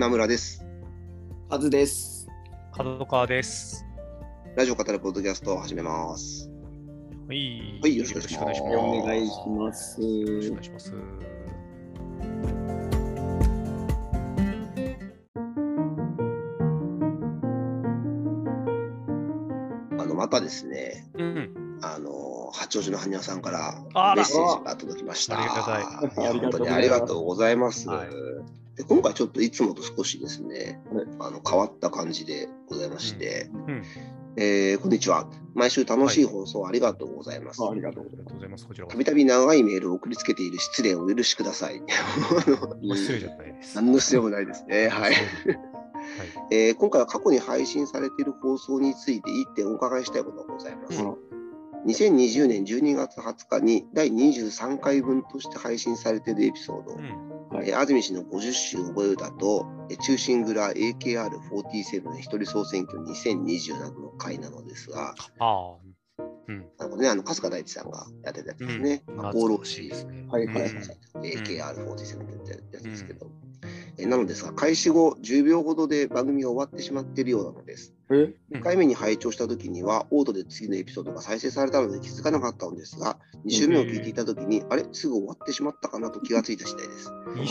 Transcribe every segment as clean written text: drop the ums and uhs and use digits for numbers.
船村です。 カズです。 角川です。 ラジオ語るポッドキャストを始めます。 はい、 はい、よろしくお願いします。 お願いします。 よろしくお願いします。 またですね、八王子の羽生さんからメッセージが届きました。本当にありがとうございます。で今回ちょっといつもと少しですね、変わった感じでございまして、こんにちは。毎週楽しい放送ありがとうございます。 ありがとうございます。 たびたび長いメールを送りつけている失礼をお許しください。 失礼じゃないです。 何の失礼もないですね。はい。今回は過去に配信されている放送について1点お伺いしたいことがございます。2020年12月20日に第23回分として配信されているエピソード、安住氏の50週覚え歌と忠臣蔵 AKR47 の一人総選挙2020などの回なのですが、春日大地さんがやってたやつですね。厚労士 AKR47 ってやつですけど、なのですが、開始後10秒ほどで番組が終わってしまっているようなのです。2回目に拝聴したときには、オートで次のエピソードが再生されたので気づかなかったのですが、2週目を聞いていたときに、あれすぐ終わってしまったかなと気がついた次第です。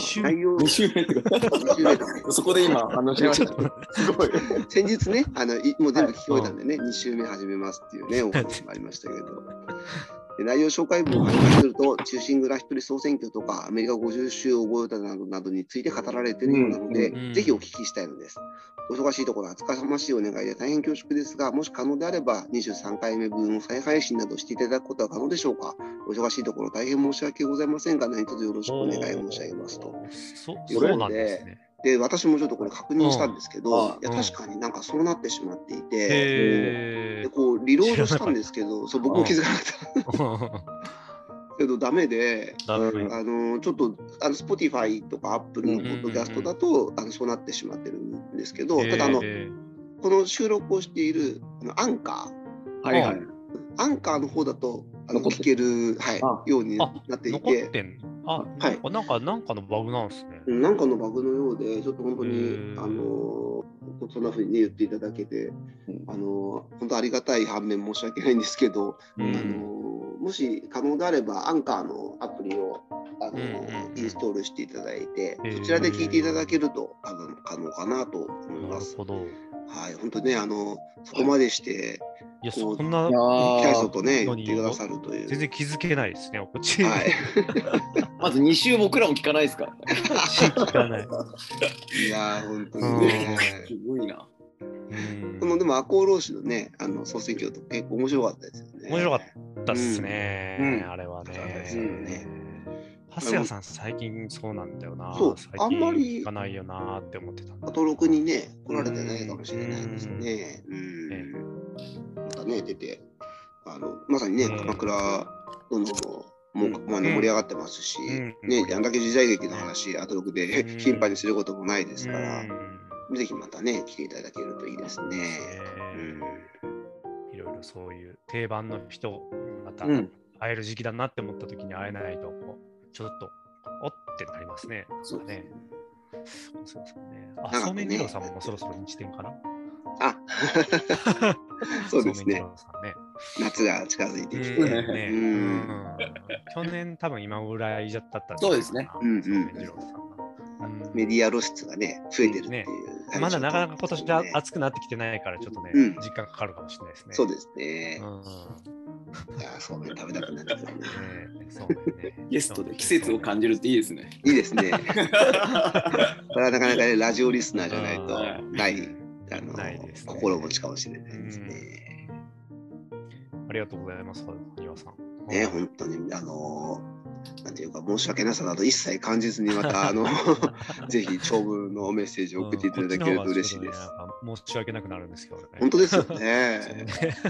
2週目そこで今話しました。すごい。 先日ね、もう全部聞こえたんでね、2週目始めますっていうね、お話もありましたけど。内容紹介文を拝見すると、忠臣蔵一人総選挙とか、アメリカ50週覚え歌などについて語られているようなので、ぜひお聞きしたいのです。お忙しいところ、厚かましいお願いで大変恐縮ですが、もし可能であれば、23回目分を再配信などしていただくことは可能でしょうか。お忙しいところ、大変申し訳ございませんが、何卒よろしくお願い申し上げますと。 そうなんですね。 で、私もちょっとこれ確認したんですけど、いや確かになんかそうなってしまっていて、でこうリロードしたんですけど、僕も気づかなかった。けどダメで、ちょっとSpotify とか Apple のポッドキャストだとそうなってしまってるんですけど、ただこの収録をしているアンカー、アンカーの方だと聞ける、ようになっていて、 なんかのバグなんですね。 なんかのバグのようで、ちょっと本当にそんな風に、言っていただけて、本当ありがたい反面申し訳ないんですけど、もし可能であればアンカーのアプリをインストールしていただいて、そちらで聞いていただけると多分可能かなと思います。 なるほど。 はい、本当ね、そこまでして、 そんなキャストとね、言ってくださるという。 全然気づけないですね、こっち。 まず2週僕らも聞かないですか。 聞かない。 いやー、本当にね。 すごいな。 でも赤穂浪士のね、総選挙と結構面白かったですよね。 面白かったっすね、あれはね。長谷川さん最近そうなんだよな。 あんまり聞かないよなって思ってた。 登録にね、来られてないかもしれないですね。またね、出て、まさにね、鎌倉どんどんも盛り上がってますし、ね、あんだけ時代劇の話、アトロクで頻繁にすることもないですから、ぜひまたね、来ていただけるといいですね。 いろいろそういう定番の人、また会える時期だなって思った時に会えないと、ちょっとおってなりますね。そうね。そうめん二郎さんもそろそろ日展かな。 そうですね。夏が近づいてきて。 去年多分今ぐらいだったんです。 そうですね。 メディア露出がね、増えてるっていう。 まだなかなか今年暑くなってきてないから、ちょっとね、時間かかるかもしれないですね。 そうですね。いや、そうめん食べたくなってくるね。 ゲストで季節を感じるっていいですね。 いいですね。これはなかなかね、ラジオリスナーじゃないとない心持ちかもしれないですね。 ありがとうございます、羽生さん。 ね、本当になんていうか申し訳なさなど一切感じずにまたぜひ長文のメッセージを送っていただけると嬉しいです。 申し訳なくなるんですけどね。 本当ですよね。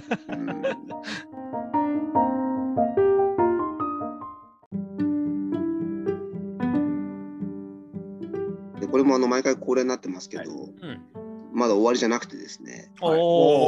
でこれも毎回恒例になってますけど、まだ終わりじゃなくてですね。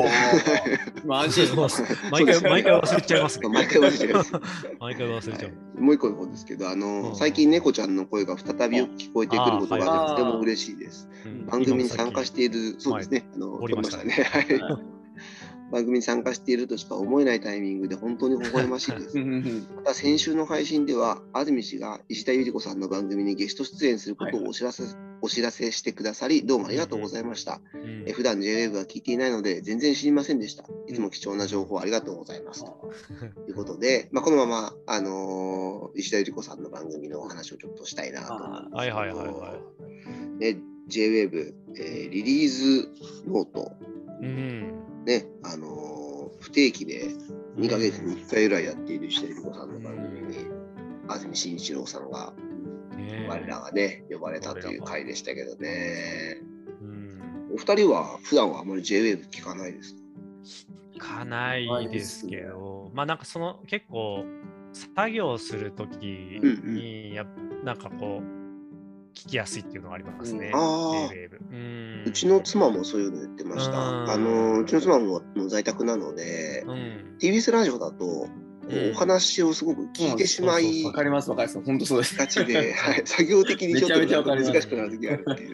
安心します。 毎回忘れちゃいますね。 毎回忘れちゃいます。 毎回忘れちゃう。 もう一個の方ですけど、最近猫ちゃんの声が再びよく聞こえてくることがとても嬉しいです。番組に参加している、そうですね、撮りましたね。番組に参加しているとしか思えないタイミングで本当に微笑ましいです。また先週の配信では、安住氏が石田ゆり子さんの番組にゲスト出演することをお知らせしてくださり、どうもありがとうございました。普段 JWAVE は聞いていないので、全然知りませんでした。いつも貴重な情報ありがとうございます。ということで、このまま、石田ゆり子さんの番組のお話をちょっとしたいなと思うんですけど、JWAVE、リリーズノート、ね、不定期で2ヶ月に1回ぐらいやっている石田ゆり子さんの番組に、安住紳一郎さんが、我らがね、呼ばれたという回でしたけどね。お二人は普段はあまり JWAVE 聞かないですか？ 聞かないですけど、なんか結構作業するときに、なんかこう、聞きやすいっていうのがありますね。 うちの妻もそういうの言ってました。うちの妻も在宅なので、TBS ラジオだと、お話をすごく聞いてしまい、 わかります、本当そうです。 ガチで、作業的にちょっと難しくなる時があるっていう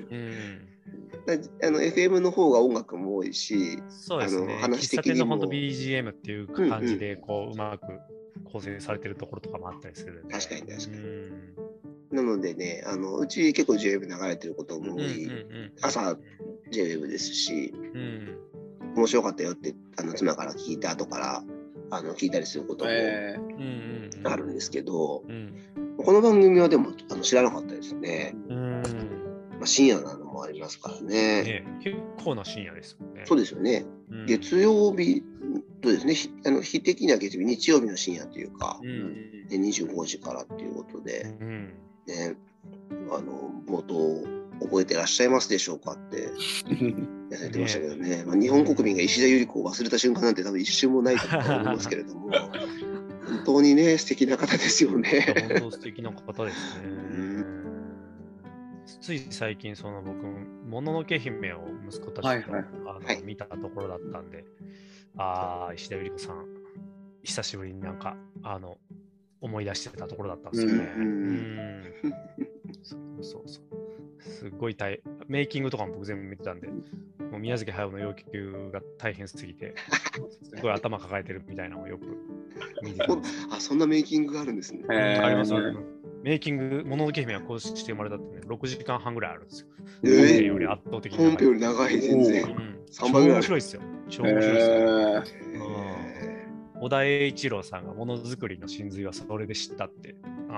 。FM の方が音楽も多いし、 そうですね、 話的にも。 喫茶店の本当 BGM っていう感じで、こう、うまく構成されてるところとかもあったりするんで。 確かに。なのでね、うち結構 JWAVE 流れてることも多い、朝 JWAVE ですし、面白かったよって妻から聞いた後から聞いたりすることもあるんですけど、この番組はでも知らなかったですね。深夜なのもありますからね。 結構な深夜ですもんね。 そうですよね。月曜日とですね、日的には月曜日、日曜日の深夜というか、25時からっていうことで、ね、冒頭覚えてらっしゃいますでしょうかってやされてましたけどね、日本国民が石田ゆり子を忘れた瞬間なんて多分一瞬もないと思いますけれども、本当にね、素敵な方ですよね。 本当素敵な方ですね。つい最近、僕、もののけ姫を息子たちと見たところだったんで、石田ゆり子さん、久しぶりになんか、思い出してたところだったんですよね。そう。すごいメイキングとかも僕全部見てたんで、もう宮崎駿の要求が大変すぎて、すごい頭抱えてるみたいなのをよく見てたんです。 そんなメイキングがあるんですね。 あります。メイキング、もののけ姫はこうして生まれたってね、6時間半ぐらいあるんですよ。本編より圧倒的に長い。 本編より長い、全然。 超面白いですよ。超面白いですよ。小田栄一郎さんがものづくりの真髄はそれで知ったって、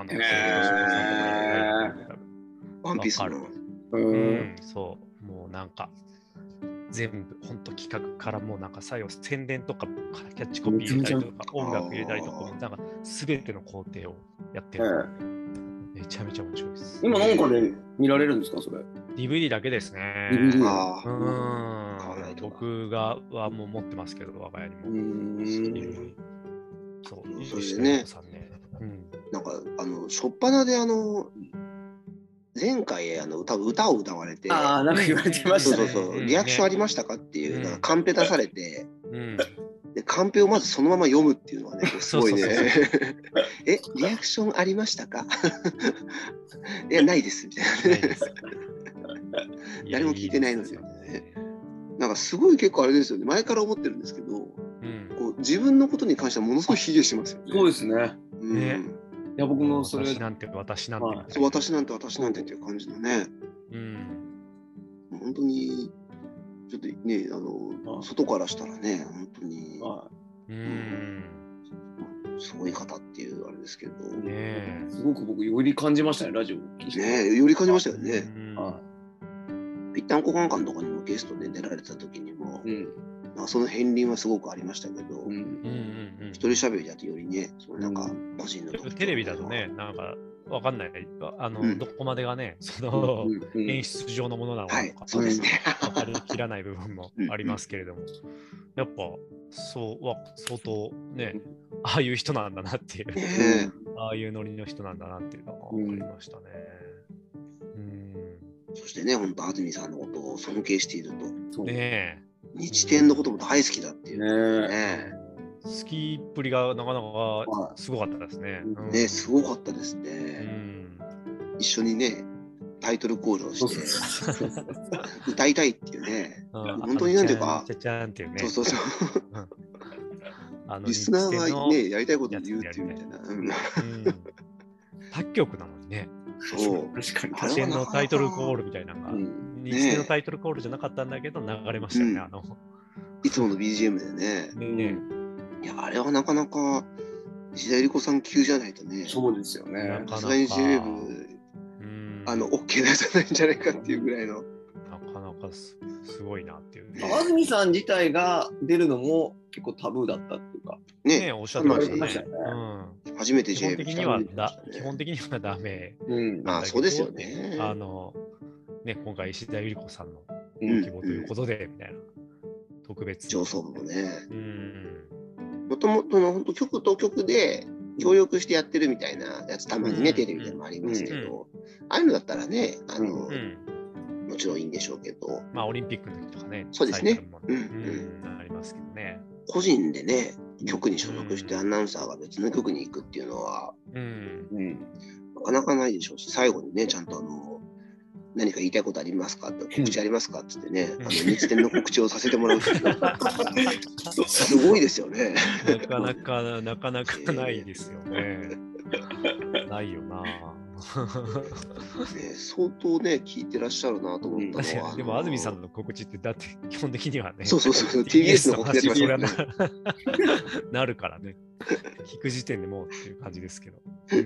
ワンピースの。 そう、もうなんか、全部、本当企画からもうなんか最後、宣伝とか、キャッチコピー入れたりとか、音楽入れたりとか、なんか全ての工程をやってる。めちゃめちゃ面白いです。 今なんかで見られるんですか、それ。 DVD だけですね。 DVD 僕はもう持ってますけど、我が家にも。そう、 それでね、なんか初っ端で前回歌を歌われて、 なんか言われてましたね。 そうリアクションありましたかっていう、なんかカンペ出されて、でカンペをまずそのまま読むっていうのはね、すごいね。リアクションありましたか？いや、ないですみたいなね。誰も聞いてないのでね。なんかすごい結構あれですよね。前から思ってるんですけど、こう自分のことに関してはものすごい卑下してますよね。 そうですね。いや、僕もそれ。 私なんて私なんてっていう感じのね。本当にちょっとね、外からしたらね、本当にすごい方っていうあれですけど、 すごく僕より感じましたね、ラジオを聞いて。 ね、より感じましたよね。ぴったんこカンカンとかにもゲストで出られた時にも、その片鱗はすごごくありましたけど、一人喋りだとよりね、なんか個人のテレビだとね、なんかわかんない、どこまでがね、演出上のものなのかとか、分かりきらない部分もありますけれども、やっぱ相当ね、ああいう人なんだなっていう、ああいうノリの人なんだなっていうのが分かりましたね。 そしてね、本当安住さんのことを尊敬していると。 ね、 日天のことも大好きだっていうね。 好きっぷりがなかなかすごかったですね。 ね、すごかったですね。一緒にね、タイトルコールをして歌いたいっていうね、本当になんていうか、 ちゃちゃんっていうね。 そうそうそう。リスナーがね、やりたいことを言うっていうみたいな。 他局なのにね。 そう。 確かに。 日天のタイトルコールみたいなのが、日天のタイトルコールじゃなかったんだけど流れましたよね。 いつもの BGM でね。いや、あれはなかなか石田ゆり子さん級じゃないとね。 そうですよね。 さすがに JWEB、OK 出さないんじゃないかっていうぐらいの。 なかなかすごいなっていう。 安住さん自体が出るのも結構タブーだったっていうか。 ね、おっしゃってましたね。 初めて JWEB 基本的にはダメ。 そうですよね。 今回石田ゆり子さんの希望ということで、みたいな。特別。 上層部もね。もともとの本当曲と曲で協力してやってるみたいなやつたまにね、テレビでもありますけど、ああいうのだったらね、もちろんいいんでしょうけど。 まあ、オリンピックの時とかね。 そうですね。 ありますけどね。 個人でね、局に所属してアナウンサーが別の局に行くっていうのは、なかなかないでしょうし、最後にね、ちゃんと何か言いたいことありますかって、告知ありますかって言ってね、日天の告知をさせてもらうってすごいですよね。 なかなかないですよね。ないよな。 相当ね、聞いてらっしゃるなと思ったのは。 でも、安住さんの告知って、だって基本的にはね、 そう、TBS の告知それはなるからね。聞く時点でもうっていう感じですけど。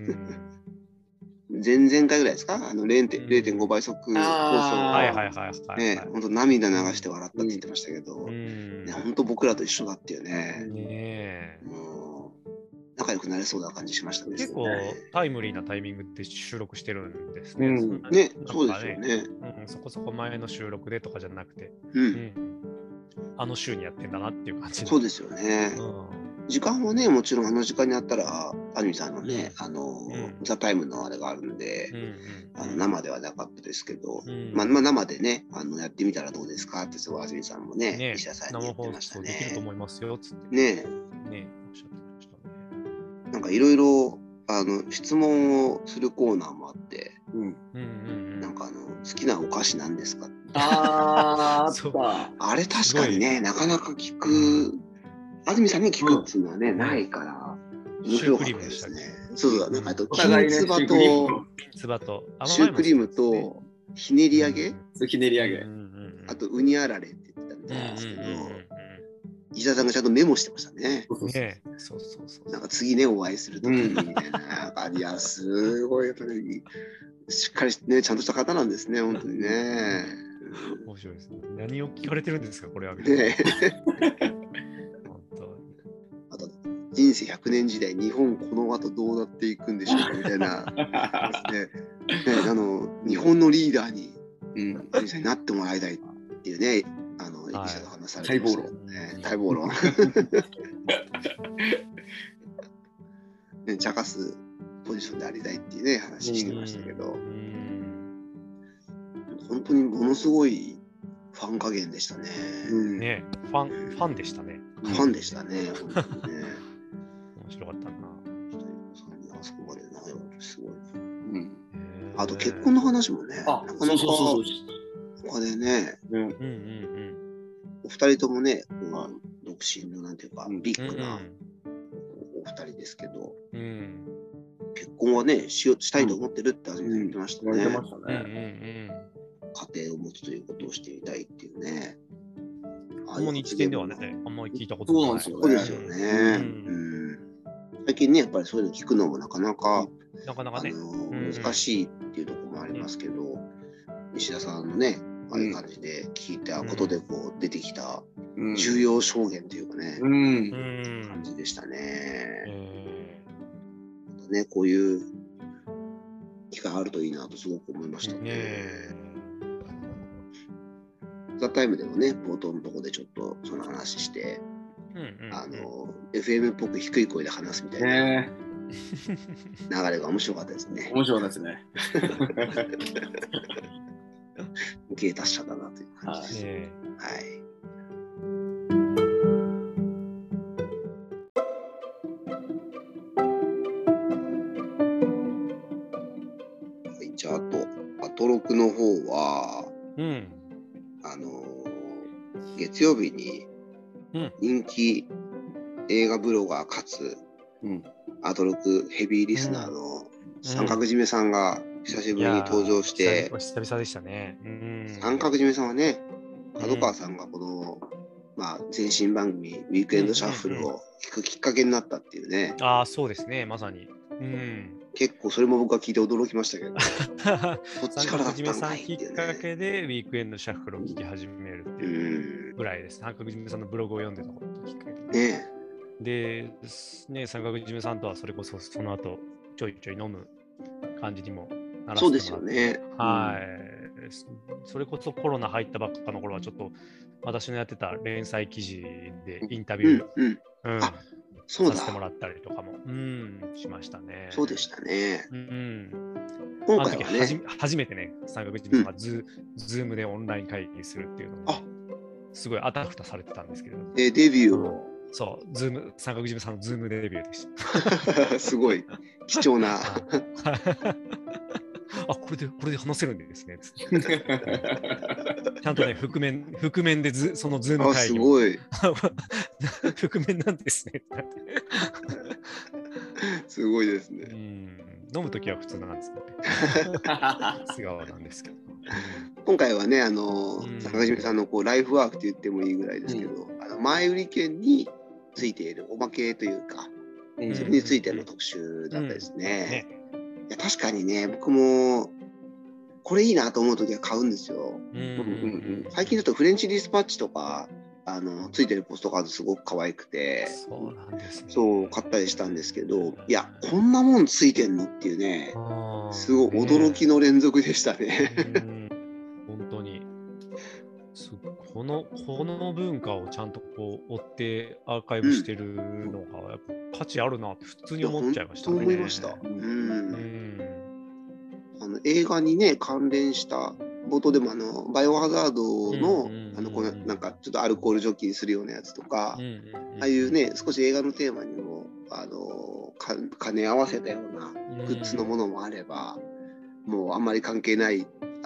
前々回ぐらいですか0.5 倍速放送ね、本当涙流して笑ったって言ってましたけど、本当僕らと一緒だっていうね。仲良くなれそうな感じしましたね。 結構タイムリーなタイミングって収録してるんですね。 ね、そうですよね。 そこそこ前の収録でとかじゃなくて、あの週にやってんだなっていう感じ。 そうですよね。時間はね、もちろんあの時間にあったら、安住さんのね、ザ・タイムのあれがあるんで、生ではなかったですけど、まあ生でね、やってみたらどうですかって、安住さんもね、石田さんに言ってましたね。 生放送できると思いますよ、つって。 ね、なんかいろいろ質問をするコーナーもあって、なんか好きなお菓子なんですか？ あれ確かにね、なかなか聞く、安住さんに聞くっていうのはね、ないから、面白かったですね。そう、なんか金つばと、シュークリームと、ひねり揚げ、あとウニあられって言ってたみたいですけど、石田さんがちゃんとメモしてましたね。なんか次ね、お会いするときにみたいな感じ。いや、すごい、やっぱり、しっかりね、ちゃんとした方なんですね、本当にね。 面白いですね。何を聞かれてるんですか、これは。 あと、人生100年時代、日本この後どうなっていくんでしょうかみたいな。日本のリーダーになってもらいたいっていうね。医者の話されてましたけどね。待望論。茶化すポジションでありたいっていうね、話してましたけど、本当にものすごいファン加減でしたね。 ファンでしたね。 ファンでしたね、本当にね。 面白かったな。 あそこまで長いわけすごい。あと結婚の話もね、なかなか他でね、お二人ともね、独身のなんていうか、ビッグなお二人ですけど、結婚はね、したいと思ってるって初めて言ってましたね。家庭を持つということをしてみたいっていうね。 共に一点ではね、あんまり聞いたことない。 そうですよね。最近ね、やっぱりそういうの聞くのもなかなかね、 難しいっていうところもありますけど、石田さんのね、ああいう感じで聞いたことでこう出てきた重要証言というかね、感じでしたね。またね、こういう機会あるといいなとすごく思いましたね。ザ・タイムでもね、冒頭のところでちょっとその話して、FM っぽく低い声で話すみたいな流れが面白かったですね。 面白かったですね。 芸達者だなという感じです。はい。 じゃあ、アトロクの方は、月曜日に人気映画ブロガーかつ、アトロクヘビーリスナーの三角締めさんが久しぶりに登場して、 久々でしたね。 三角締めさんはね、角川さんがこの、前身番組ウィークエンドシャッフルを聞くきっかけになったっていうね。 そうですね、まさに。 結構それも僕は聞いて驚きましたけど、 そっちからだったんだいっていうね。きっかけでウィークエンドシャッフルを聞き始めるっていうぐらいです。三角締めさんのブログを読んでたこときっかけで。で、三角締めさんとはそれこそその後ちょいちょい飲む感じにもならせてもらって。 そうですよね。 それこそコロナ入ったばっかの頃はちょっと私のやってた連載記事でインタビューさせてもらったりとかもしましたね。 そうでしたね。 今回はね、初めてね、三角締めさんがズームでオンライン会議するっていうのをすごいあたふたされてたんですけれども。 デビューを。 そう、三角締めさんのズームデビューでした。 すごい貴重な。 これで話せるんですね。ちゃんとね、覆面でそのズーム会議。 すごい。 覆面なんですね。 すごいですね。 飲むときは普通なんですけどね。素顔なんですけど。 今回はね、坂締さんのライフワークと言ってもいいぐらいですけど、前売り券についているおまけというか、それについての特集だったですね。いや確かにね、僕もこれいいなと思うときは買うんですよ。最近だとフレンチディスパッチとかついてるポストカードすごく可愛くて、 そうなんですね。 そう買ったりしたんですけど、いやこんなもんついてんのっていうね、すごい驚きの連続でしたね。 本当にこの文化をちゃんと追ってアーカイブしてるのがやっぱ価値あるなって普通に思っちゃいましたね。 そう思いました。映画にね関連した冒頭でもバイオハザードのなんかちょっとアルコール除菌するようなやつとか、ああいうね少し映画のテーマにも兼ね合わせたようなグッズのものもあれば、もうあんまり関係ない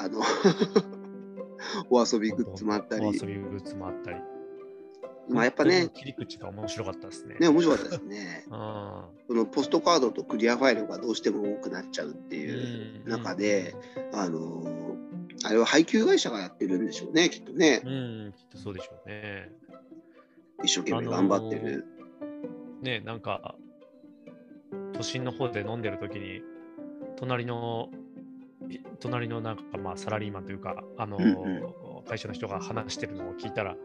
お遊びグッズもあったり。やっぱね、 切り口が面白かったですね。 面白かったですね。そのポストカードとクリアファイルがどうしても多くなっちゃうっていう中で、あれは配給会社がやってるんでしょうね、きっとね。 きっとそうでしょうね。 一生懸命頑張ってる。 なんか、都心の方で飲んでる時に、隣のなんかサラリーマンというか、会社の人が話してるのを聞いたら、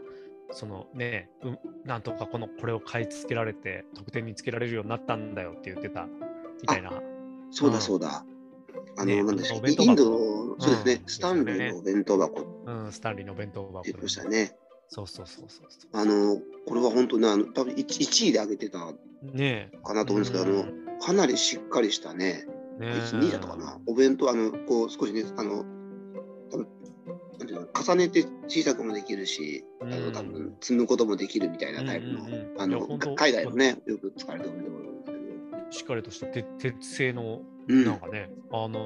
なんとかこれを買い付けられて得点につけられるようになったんだよって言ってたみたいな。 そうだそうだ。なんでしょう、インドの、そうですね、スタンリーのお弁当箱。 スタンリーのお弁当箱。 言ってましたね。 そう。 これは本当ね、多分1位で上げてたかなと思うんですけど、かなりしっかりしたね、2位だったかな、お弁当、少しね、多分重ねて小さくもできるし、多分積むこともできるみたいなタイプの、海外のね、よく使われてるものなんですけど、 しっかりとした鉄製の、なんかね、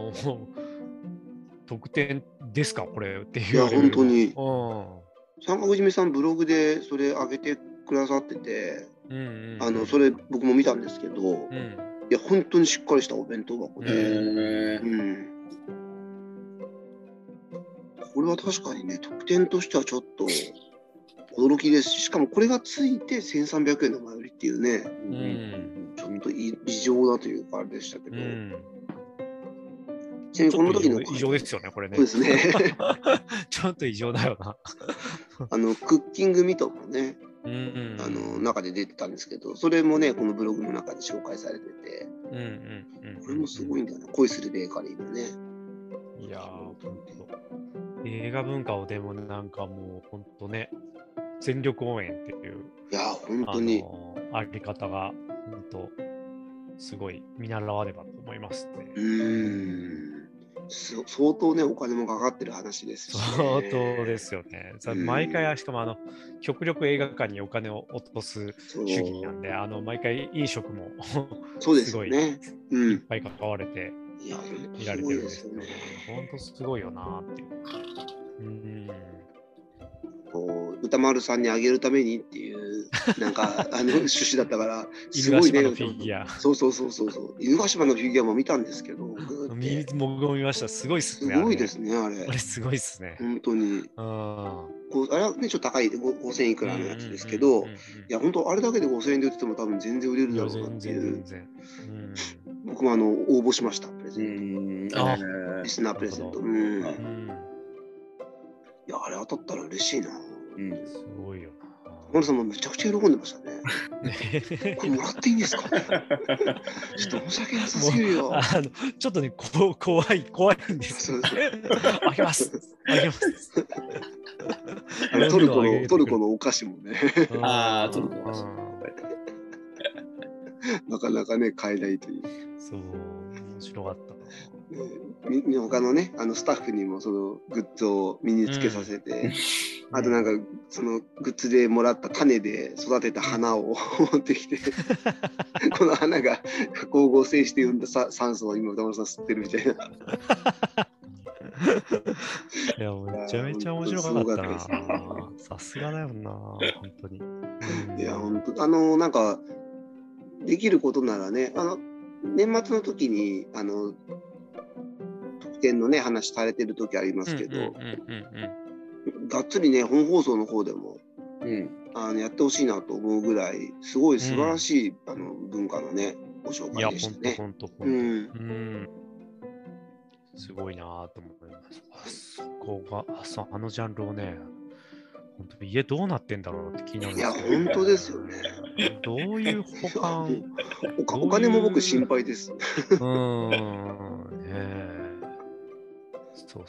特典ですか、これっていう。 いや、本当に。三角締めさん、ブログでそれ上げてくださってて、それ僕も見たんですけど、いや、本当にしっかりしたお弁当箱で。これは確かにね、特典としてはちょっと驚きですし、しかもこれがついて1300円の前売りっていうね、ちょっと異常だというかあれでしたけど、ちなみにこの時の異常ですよね、これね。 そうですね。 ちょっと異常だよな。 クッキングミトもね、中で出てたんですけど、それもね、このブログの中で紹介されてて、これもすごいんだよな、恋するベーカリーのね。 いやー、本当。映画文化をでもなんかもう本当ね、全力応援っていう、 いや本当にあり方が本当すごい見習わねばと思いますね。 相当ねお金もかかってる話ですし、ね、 相当ですよね。毎回しかも極力映画館にお金を落とす主義なんで、毎回飲食もそうですよね、 いっぱい関われて。 い見られてるんですけど、本当すごいよなっていう。 こう歌丸さんにあげるためにっていうなんか趣旨だったからすごいね。 犬ヶ島のフィギュア。 そう犬ヶ島のフィギュアも見たんですけど、 僕も見ました。すごいっすね。 すごいですねあれ。 あれすごいっすね。 本当に。こうあれはねちょっと高い5000いくらのやつですけど、いや本当あれだけで5000円で売ってても多分全然売れるだろうなっていう。僕も応募しましたプレゼント。リスナープレゼント。いやあれ当たったら嬉しいな。 すごいよな。 丸さんもめちゃくちゃ喜んでましたね。これもらっていいんですかね。ちょっと申し訳なさすぎるよ。 ちょっとね怖いんですよ。あげます。 トルコのお菓子もね。 トルコのお菓子。 なかなかね買えないという。 そう面白かった。 他のねスタッフにもそのグッズを身につけさせて、あとなんかそのグッズでもらった種で育てた花を持ってきてこの花が光合成して生んだ酸素を今歌丸さん吸ってるみたいな。 いやめちゃめちゃ面白かったな。さすがだよな本当に。 いや本当なんかできることならね年末の時に特典のね話されてる時ありますけど、がっつりね本放送の方でも、やってほしいなと思うぐらいすごい素晴らしい、文化のねご紹介でしたね。 本当すごいなと思います。そこがジャンルをね本当家どうなってんだろうって気になるんですけど、 いや本当ですよね。 どういう保管お金も僕心配です。 そう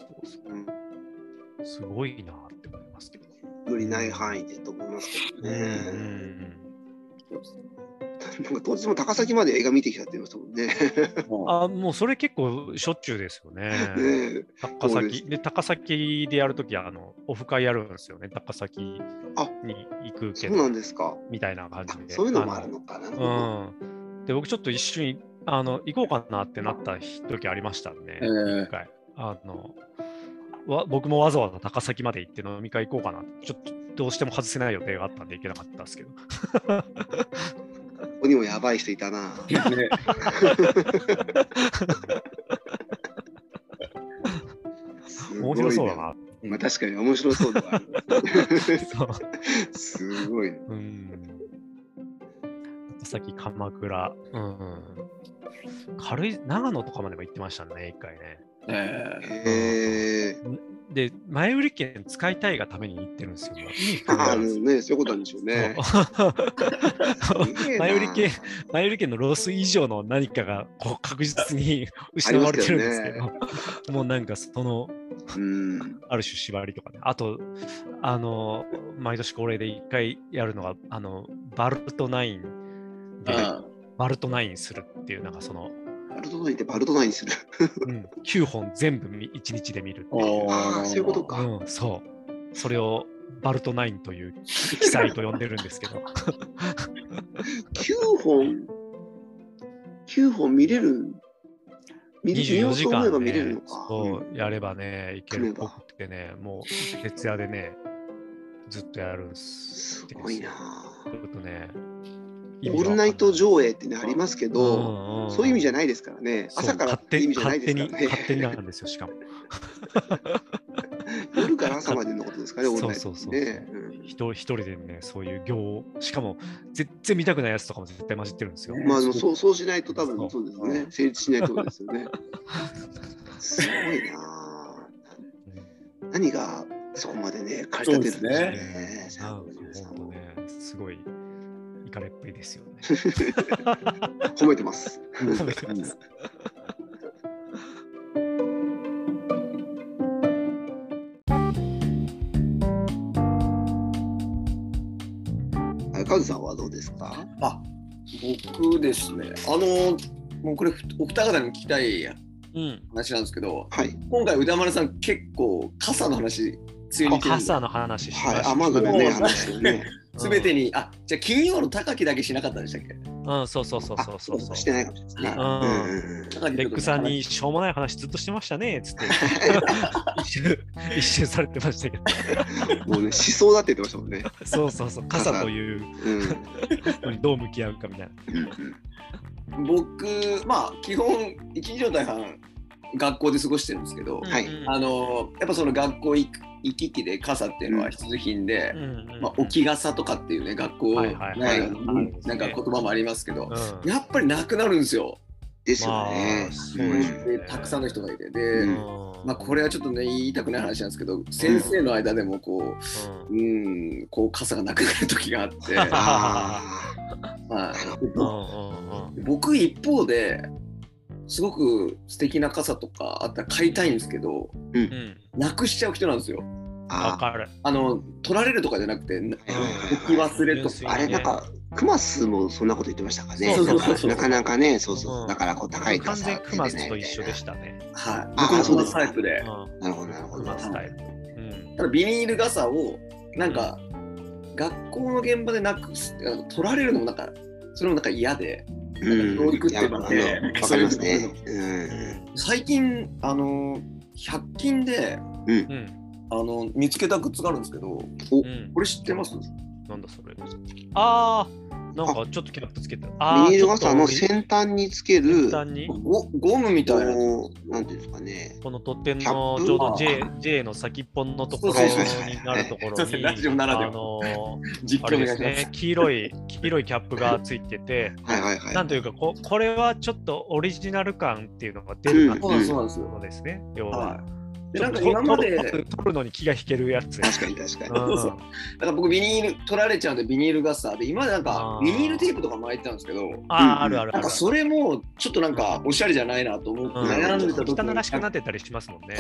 すごいなって思いますけど、 無理ない範囲でと思いますけどね。なんか当日も高崎まで映画見てきたって言いましたもんね。 もうそれ結構しょっちゅうですよね。高崎でやるときはオフ会やるんですよね。高崎に行くけど。 そうなんですか。 みたいな感じで。 そういうのもあるのかな。 で僕ちょっと一緒に行こうかなってなった時ありましたね。一回僕もわざわざ高崎まで行って飲み会行こうかな。ちょっとどうしても外せない予定があったんで行けなかったんですけど。 ここにもやばい人いたな。 面白そうだな。 まあ確かに面白そうだな。すごい。 高崎、鎌倉、軽い長野とかまでも行ってましたね、一回ね。で、前売り券使いたいがために行ってるんですよ。そういうことなんでしょうね。 前売り券のロス以上の何かが確実に失われてるんですけど、もうなんかその、ある種縛りとかね。あと、毎年恒例で一回やるのが、バルトナインで、バルトナインするっていう、なんかその、 バルトナインってバルトナインする。 9本全部1日で見るっていう。 そういうことか。 そう。それをバルトナインという記載と呼んでるんですけど。 9本見れる 24時間、 見れるのか。 そうやればね、いけるっぽくてね、もう徹夜でね、ずっとやるんです。 すごいな。 ちょっとね、 オールナイト上映ってねありますけど、そういう意味じゃないですからね。朝からって意味じゃないですからね。 勝手になんですよ、しかも。 夜から朝までのことですかね、オールナイトね。 一人でね、そういう行、しかも全然見たくないやつとかも絶対混じってるんですよ。 まあそうしないと多分そうですね。成立しないところですよね。すごいな。何がそこまでね、駆り立てるんですね。 本当ね、すごい。イカレっぷりですよね。 褒めてます。 褒めてます。 カズさんはどうですか？ 僕ですね。もうこれお二方に聞きたい話なんですけど、今回歌丸さん結構傘の話傘の話しました。 まだね、話をね。 すべてに、じゃあ金曜の高木だけしなかったんでしたっけ？ そう。 してないかもしれないですね。 レックさんにしょうもない話ずっとしてましたね、つって。一周されてましたけど。 もうね、思想だって言ってましたもんね。 そう、傘というのにどう向き合うかみたいな。 僕、基本、一日の大半、学校で過ごしてるんですけど、やっぱその学校行き来で傘っていうのは必需品で、置き傘とかっていうね、学校なんか言葉もありますけど、やっぱりなくなるんですよ。 ですよね。 たくさんの人がいて、で、これはちょっとね、言いたくない話なんですけど、先生の間でもこう傘がなくなる時があって、僕一方ですごく素敵な傘とかあったら買いたいんですけど、なくしちゃう人なんですよ。 わかる。 取られるとかじゃなくて、置き忘れとか。 あれなんかクマスもそんなこと言ってましたかね。なかなかね、だから高い傘。 完全クマスと一緒でしたね。 僕もそのタイプで。 なるほど。 クマスタイプ。 ただビニール傘をなんか学校の現場でなくす取られるのもそれも嫌で。教育っていうので、 わかりますね。 最近100均で見つけたグッズがあるんですけど、これ知ってます？ なんだそれ。なんかちょっとキャップつけて。 ビニール傘の先端につけるゴムみたいな。 なんていうんですかね。 この取っ手のちょうど J の先っぽのところになるところに、 ラジオならではあれですね、黄色いキャップがついてて、なんというかこれはちょっとオリジナル感っていうのが出るなっていうのですね。要は。 なんか今まで取るのに気が引けるやつ。 確かに。だから僕ビニール取られちゃうんでビニール傘で、今までなんかビニールテープとか巻いてたんですけど、 ある。 なんかそれもちょっとなんかおしゃれじゃないなと思って悩んでた時に汚らしくなってたりしますもんね。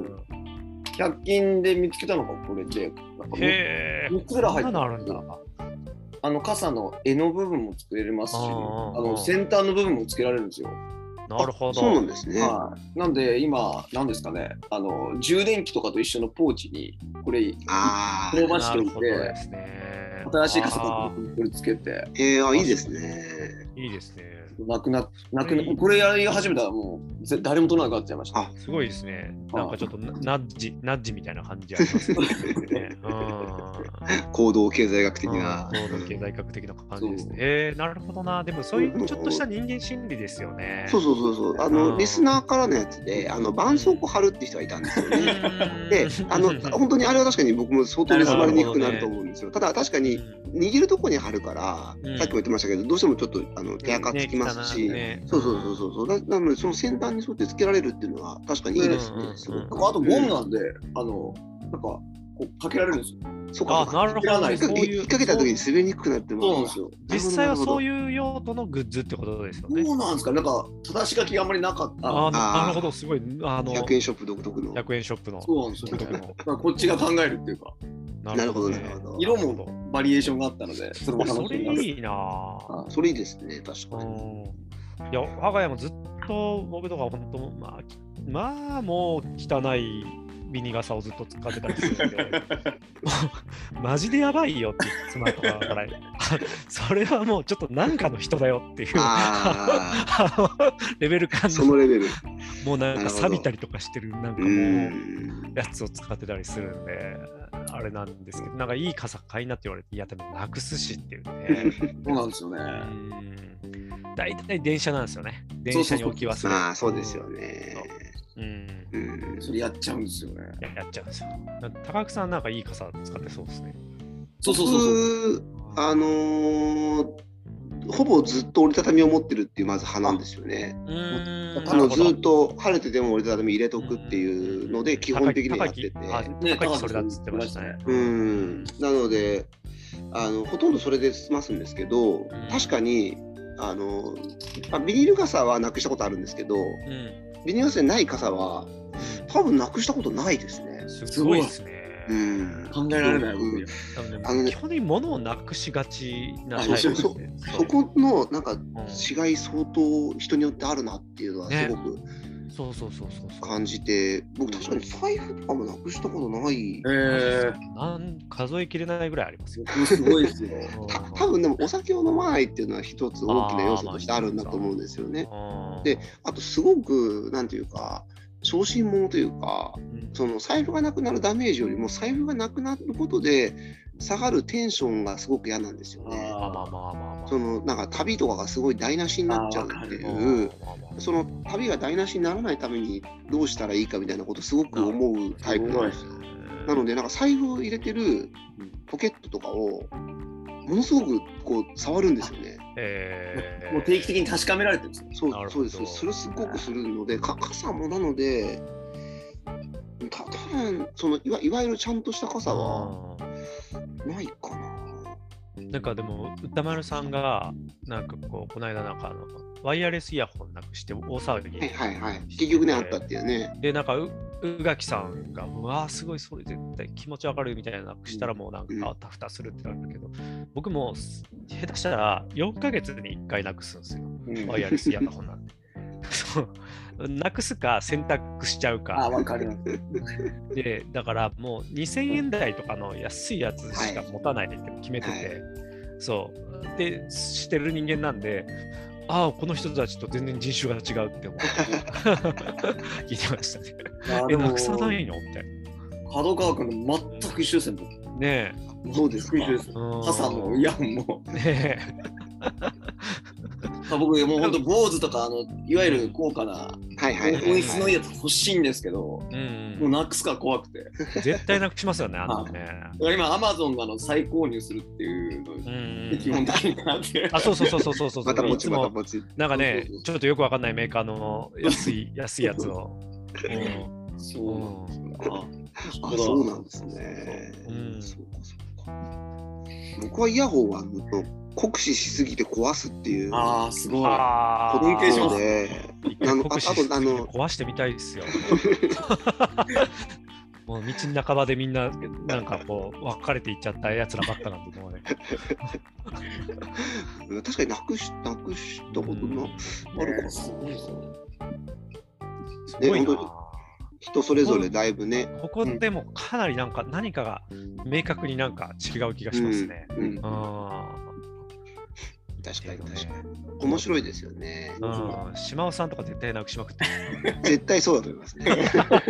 100均で見つけたのがこれで、3つぐらい入ってるんだ。傘の柄の部分も作れますし、先端の部分もつけられるんですよ。 なるほど。 そうなんですね。 なんで今何ですかね、充電器とかと一緒のポーチにこれ転ばしておいて、新しい傘とこれつけて。 いいですね。 いいですね。 これやり始めたらもう誰も取らなくなっちゃいました。 すごいですね。なんかちょっとナッジみたいな感じありますね。 行動経済学的な。 行動経済学的な感じですね。なるほどな。でもそういうちょっとした人間心理ですよね。 そう。リスナーからのやつで絆創膏貼るって人がいたんですよね。で、本当にあれは確かに僕も相当盗まれにくくなると思うんですよ。ただ確かに握るとこに貼るから、さっきも言ってましたけど、どうしてもちょっと手垢つきますし、なのでその先端に沿ってつけられるっていうのは確かにいいですね。 あとゴムなんでなんかこうかけられるんですよ。 そうか、なるほど。 引っ掛けた時に滑りにくくなってます。 そうなんですよ。 実際はそういう用途のグッズってことですよね。 そうなんですか。なんか正し書きがあんまりなかった。 なるほど、すごい。 100円ショップ独特の。 100円ショップの。 そうなんですよ。こっちが考えるっていうか。 なるほど。 色もバリエーションがあったので、 それいいな。 それいいですね、確かに。 いや、我が家もずっと僕とか本当もう汚いビニ傘をずっと使ってたりするんでマジでやばいよって妻とかからそれはもうちょっと何かの人だよっていうレベル感そのレベルもうなんか錆びたりとかしてるなんかもうやつを使ってたりするんであれなんですけど、なんかいい傘買いなって言われて、いやでもなくすしっていうね。 そうなんですよね。 大体電車なんですよね。電車に置き忘れ。 そうですよね。 それやっちゃうんですよね。 やっちゃうんですよ。高木さんなんかいい傘使ってそうですね。 そう。ほぼずっと折りたたみを持ってるっていうまず派なんですよね。ずっと晴れてても折りたたみ入れとくっていうので基本的にやってて。 高木それだっつってましたね。 なのでほとんどそれで済ますんですけど、確かにビニール傘はなくしたことあるんですけど、ビニール傘でない傘は多分なくしたことないですね。 すごいですね。 考えられない。 基本的に物をなくしがちなタイプですね。そこのなんか違い相当人によってあるなっていうのはすごく感じて、僕確かに財布とかもなくしたことない。 数えきれないぐらいありますよ。 すごいですよ。 多分でもお酒を飲まないっていうのは一つ大きな要素としてあるんだと思うんですよね。で、あとすごくなんていうか小心者というか、その財布がなくなるダメージよりも財布がなくなることで下がるテンションがすごく嫌なんですよね。そのなんか旅とかがすごい台無しになっちゃうっていう、その旅が台無しにならないためにどうしたらいいかみたいなことをすごく思うタイプなんですよ。なのでなんか財布を入れてるポケットとかをものすごくこう触るんですよね。 もう定期的に確かめられてるんですよ。そうです。それすごくするので、傘もなので、多分そのいわゆるちゃんとした傘はないかな。 なんかでも歌丸さんがなんかこの間なんかワイヤレスイヤホンなくして大騒ぎ結局ねあったっていうね。 でなんか宇垣さんがうわーすごいそれ絶対気持ちわかるみたいななくしたらもうなんかあたふたするってなるんだけど、僕も下手したら4ヶ月に1回なくすんですよ、ワイヤレスイヤホンなんで。なくすか選択しちゃうか。 わかる。 でだからもう2000円台とかの安いやつしか持たないって決めてて、そうでしてる人間なんで、この人たちと全然人種が違うって思って聞いてましたね。なくさないのみたいな。 角川君と全く一緒ですね。 ねえ。そうですか。 傘もイヤホンも。 ね僕もう本当坊主とかいわゆる高価な音質のいいやつ欲しいんですけど、もうなくすから怖くて。 絶対なくしますよね、ね。 今アマゾンが再購入するっていうの基本的になって。 そう。 また持ち。 なんかね、ちょっとよくわかんないメーカーの安いやつを。 そうなんですね。僕はイヤホンは酷使しすぎて壊すっていう。 すごい。尊敬しますね。壊してみたいですよ。もう道半ばでみんななんかこう別れていっちゃったやつらばっかなんでもうね。 確かになくしたこともあるかも。すごいな。人それぞれだいぶね。 ここでもかなりなんか何かが明確になんか違う気がしますね。 確かに面白いですよね。 島尾さんとか絶対なくしまくって絶対そうだと思いますね。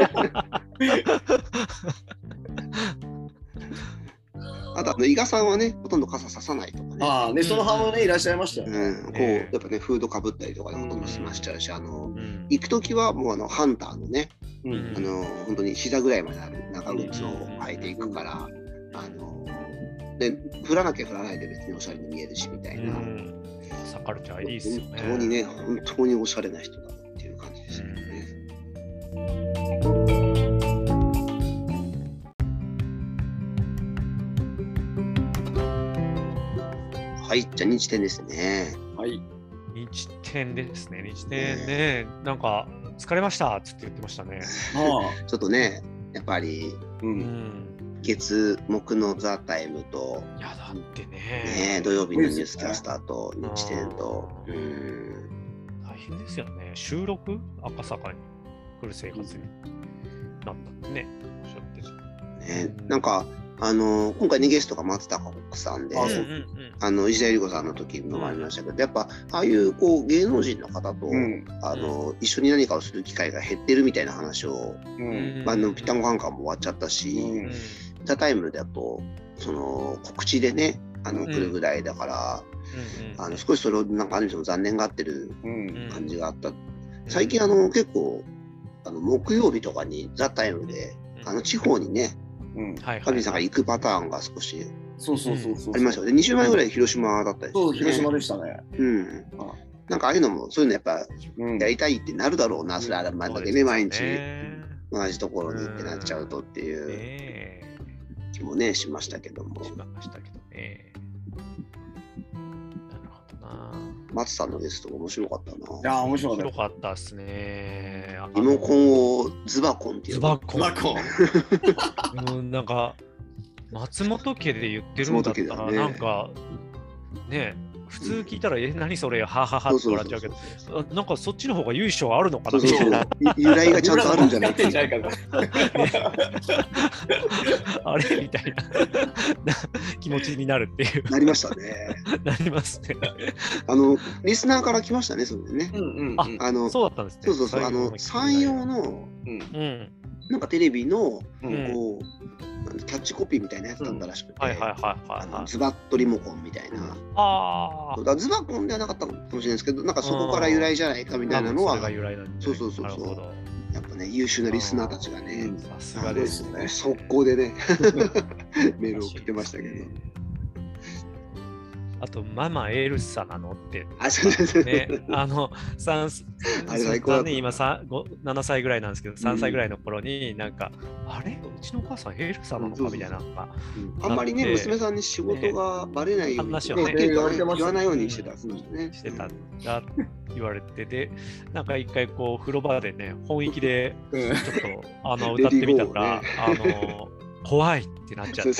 あと伊賀さんはねほとんど傘ささないとかね。 その派もねいらっしゃいましたよね。 こうやっぱねフードかぶったりとかでほとんど済ましちゃうし、行く時はもうハンターのね、本当に膝ぐらいまである長靴を履いていくから。で振らなきゃ振らないで別におしゃれに見えるしみたいな。 サカルチャーいいですよね。 本当におしゃれな人だなっていう感じですよね。はい、じゃあ日展ですね。 はい。 日展ですね。日展ね、なんか疲れましたっつって言ってましたね。 ちょっとね、やっぱり。月木のザ・タイムと、 いやだってね土曜日のニュースキャスターと日展と、 大変ですよね。収録赤坂に来る生活になったんでね。 なんか今回ねゲストが松たか子さんで、石田ゆり子さんの時もありましたけど、やっぱああいう芸能人の方と一緒に何かをする機会が減ってるみたいな話を、ピッタンゴカンカンも終わっちゃったし。ザ・タイムだとその告知でね来るぐらいだから、少しそれをなんかある意味残念がってる感じがあった。最近結構木曜日とかにザ・タイムで地方にねカビンさんが行くパターンが少しありましたよね。2週前ぐらい広島だったりして、 そう広島でしたね。 なんかああいうのもそういうのやっぱやりたいってなるだろうな。それはまだけね毎日同じところにってなっちゃうとっていう気もねしましたけども。 なるほどな。 松さんのゲスト面白かったな。 いや面白かったですね。 リモコンをズバコンっていう。 ズバコン。なんか松本家で言ってるんだったらなんかね普通聞いたら、何それ、はははって笑っちゃうけど、なんかそっちの方が由緒あるのかなみたいな。 由来がちゃんとあるんじゃないかあれみたいな気持ちになるっていう。 なりましたね。 なりますね。 リスナーから来ましたね、それね。 そうだったんですね。 そうそうそう、山陽の、なんかテレビの、こう、キャッチコピーみたいなやつだったらしくて、ズバッとリモコンみたいな。ズバコンではなかったかもしれないですけど、なんかそこから由来じゃないかみたいなのは、そうそうそうそう。やっぱね、優秀なリスナーたちがね、 さすがですね。 速攻でね、メールを送ってましたけど。 あと、ママエルサなのって。 そうですね。 今7歳ぐらいなんですけど、3歳ぐらいの頃に、なんか、あれうちのお母さんエルサなのかみたいな。 あんまりね、娘さんに仕事がバレないように言わないようにしてたんですね。 してたんだって言われて、で、なんか一回こう、風呂場でね、本域で、ちょっと歌ってみたら、怖いってなっちゃって、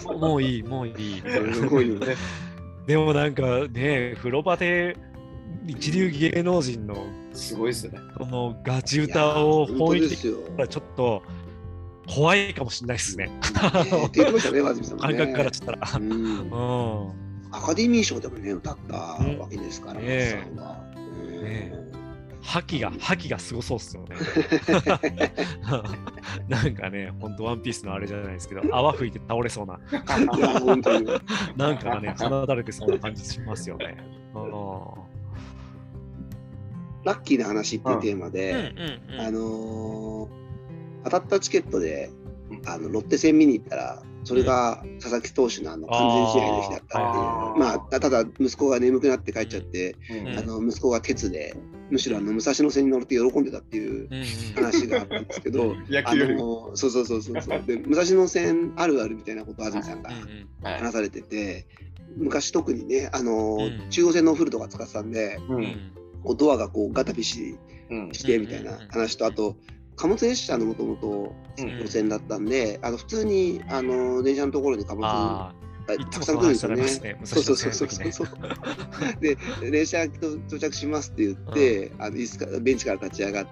もういい、もういい。でもなんかね、風呂場で一流芸能人のすごいですね。 このガチ歌を本域で聞いたらちょっと怖いかもしれないですね。感覚からしたら。アカデミー賞でもね、歌ったわけですから、 覇気がすごそうっすよね。なんかね、ほんとワンピースのあれじゃないですけど、泡吹いて倒れそうな。なんかね、放たれてそうな感じしますよね。 ラッキーな話っていうテーマで、当たったチケットでロッテ戦見に行ったら、それが佐々木投手の完全試合の日だったっていう、ただ息子が眠くなって帰っちゃって、息子が鉄で、むしろ武蔵野線に乗って喜んでたっていう話があったんですけど、そうで武蔵野線あるあるみたいなことを安住さんが話されてて、昔特にね、中央線のお風呂とか使ってたんで、ドアがこうガタビシしてみたいな話と、あと貨物列車のもともと路線だったんで、普通に電車のところに貨物たくさん来るんですよね。そう。で、列車到着しますって言って、ベンチから立ち上がって、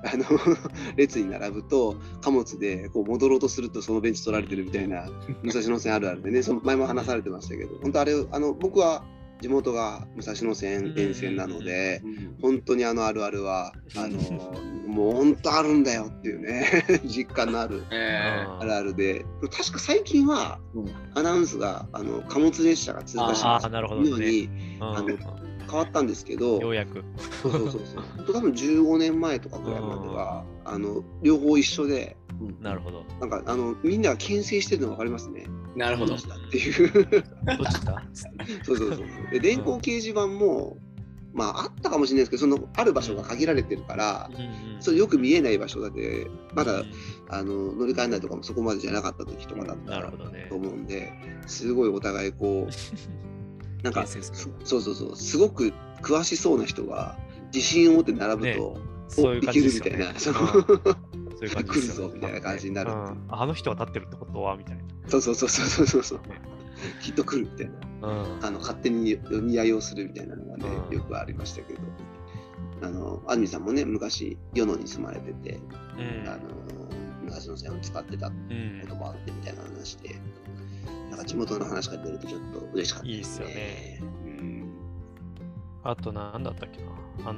列に並ぶと、貨物でこう戻ろうとすると、そのベンチ取られてるみたいな、武蔵野線あるあるでね、前も話されてましたけど、本当あれ、僕は地元が武蔵野線沿線なので、本当にあるあるは、もう本当あるんだよっていうね、実感のあるあるあるで、確か最近はアナウンスが貨物列車が通過しますように変わったんですけど、 ようやく。 そう。多分15年前とかぐらいまでは両方一緒で、 なるほど。 なんかみんなが牽制してるの分かりますね。 なるほど。 っていう。 どっちだ？ そう。で、電光掲示板もあったかもしれないですけど、そのある場所が限られてるから、それよく見えない場所だってまだ乗り換えないとかもそこまでじゃなかった時とかだったと思うんで、すごいお互いこうなんかそうすごく詳しそうな人が自信を持って並ぶといけるみたいな。 そういう感じ来るぞみたいな感じになる。 あの人が立ってるってことはみたいな。 そう。きっと来るみたいな。勝手に読み合いをするみたいなのがね、よくありましたけど。安住さんもね、昔、与野に住まれてて、武蔵野線を使ってたこともあってみたいな話で、なんか地元の話が出るとちょっと嬉しかったですね。いいですよね。 あと、なんだったっけな。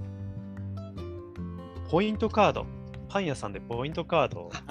ポイントカード。パン屋さんでポイントカードを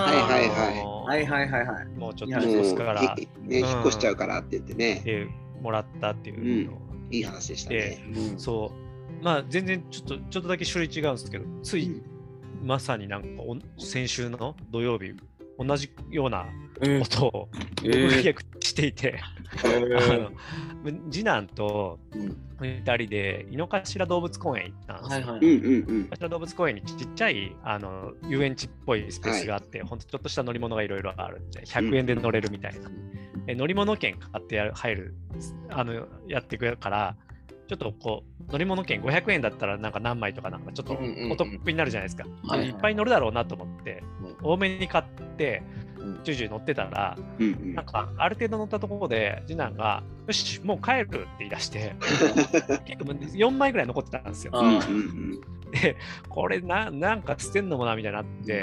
もうちょっと引っ越すから引っ越しちゃうからって言ってねもらったっていうのいい話でしたね。 そう全然ちょっとだけ種類違うんですけど、ついまさになんか先週の土曜日同じようなことを僕がしていて、次男と2人で井の頭動物公園行ったんですよ。井の頭動物公園にちっちゃい遊園地っぽいスペースがあって、ほんとちょっとした乗り物がいろいろあるんで100円で乗れるみたいな、乗り物券買って入るやってくれるから、ちょっとこう乗り物券500円だったらなんか何枚とかなんかちょっとお得になるじゃないですか。いっぱい乗るだろうなと思って多めに買って、 じゅうじゅう乗ってたら、なんかある程度乗ったところで次男がよしもう帰るって言い出して結構4枚ぐらい残ってたんですよ。でこれなんか捨てんのもなみたいになって、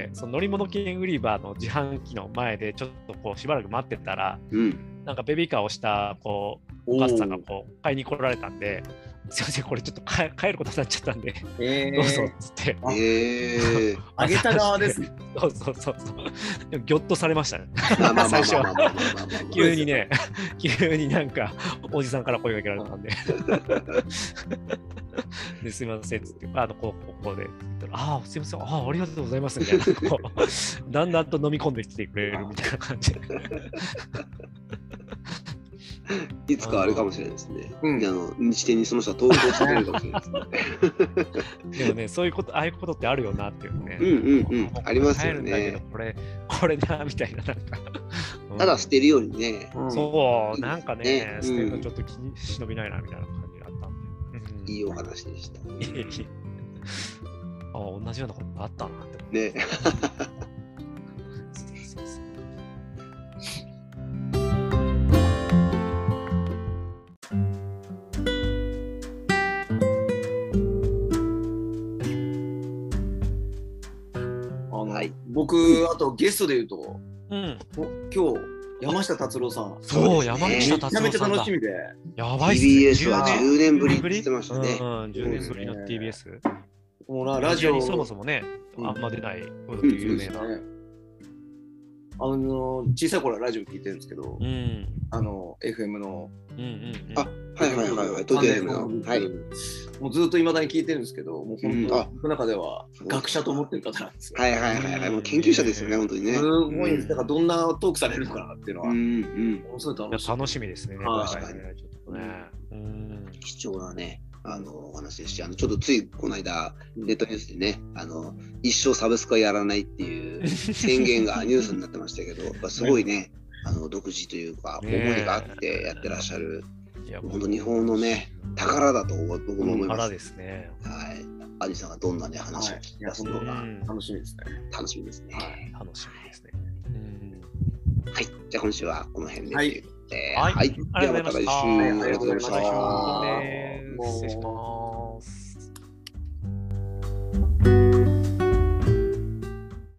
その乗り物券売り場の自販機の前でちょっとこうしばらく待ってたら、なんかベビーカーをしたこうお母さんがこう買いに来られたんで、すいませんこれちょっと帰ることになっちゃったんで、どうぞっつって、 あげた側ですね。 そうでもギョッとされましたね最初は急にね急になんかおじさんから声がけられたんでですいませんっつってここですいませんありがとうございますみたいなだんだんと飲み込んできてくれるみたいな感じでいつかあるかもしれないですね。日展にその人は投稿してくれるかもしれないですね。 でもね、そういうこと、ああいうことってあるよなっていうね。 ありますよね。 これなみたいな、なんか。 ただ捨てるよりね。 そう、なんかね、捨てるのちょっと忍びないなみたいな感じだったんで。いいお話でした。 同じようなことあったなって。 ね。 僕、あとゲストで言うと、今日、山下達郎さん。 そう、山下達郎さん。 めちゃめちゃ楽しみで。 やばいっすね。 TBS は10年ぶりって言ってましたね。 10年ぶりの TBS。 ラジオにそもそもね、あんま出ない有名な。 小さい頃はラジオ聞いてるんですけど、FM の。 はい、東京 FM の。はい。 もうずっといまだに聞いてるんですけど、もう本当、僕の中では学者と思ってる方なんですよ。 はい、もう研究者ですよね、本当にね。 すごいです。だからどんなトークされるのかなっていうのは、ものすごい楽しみですね。 確かに。貴重なね。お話ですし、ちょっとついこの間、ネットニュースでね、一生サブスクはやらないっていう宣言がニュースになってましたけど、やっぱすごいね、独自というか、思いがあってやってらっしゃる、本当日本のね、宝だと僕も思います。 宝ですね。 はい。アジさんがどんなね、話を聞き出すのか、 楽しみですね。 楽しみですね。 楽しみですね。 はい。じゃあ今週はこの辺で。 はい。 ではまた来週。 ありがとうございました。失礼します。